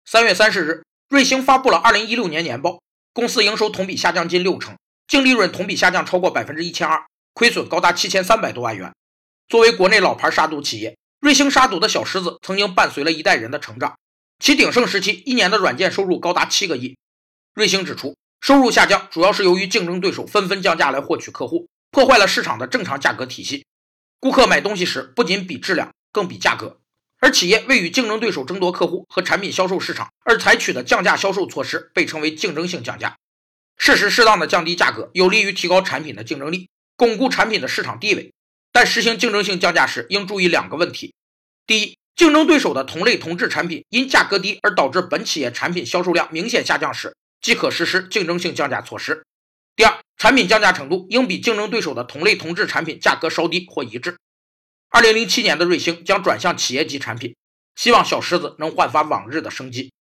3月30日，瑞星发布了2016年年报，公司营收同比下降近60%，净利润同比下降超过1200%，亏损高达7300多万元。作为国内老牌杀毒企业，瑞星杀毒的小狮子曾经伴随了一代人的成长，其鼎盛时期一年的软件收入高达7个亿。瑞星指出，收入下降主要是由于竞争对手纷纷降价来获取客户，破坏了市场的正常价格体系。顾客买东西时不仅比质量，更比价格，而企业为与竞争对手争夺客户和产品销售市场而采取的降价销售措施被称为竞争性降价。适当的降低价格有利于提高产品的竞争力，巩固产品的市场地位，但实行竞争性降价时应注意2个问题。第一，竞争对手的同类同质产品因价格低而导致本企业产品销售量明显下降时，即可实施竞争性降价措施。第二，产品降价程度应比竞争对手的同类同质产品价格稍低或一致。2007年的瑞星将转向企业级产品，希望小狮子能焕发往日的生机。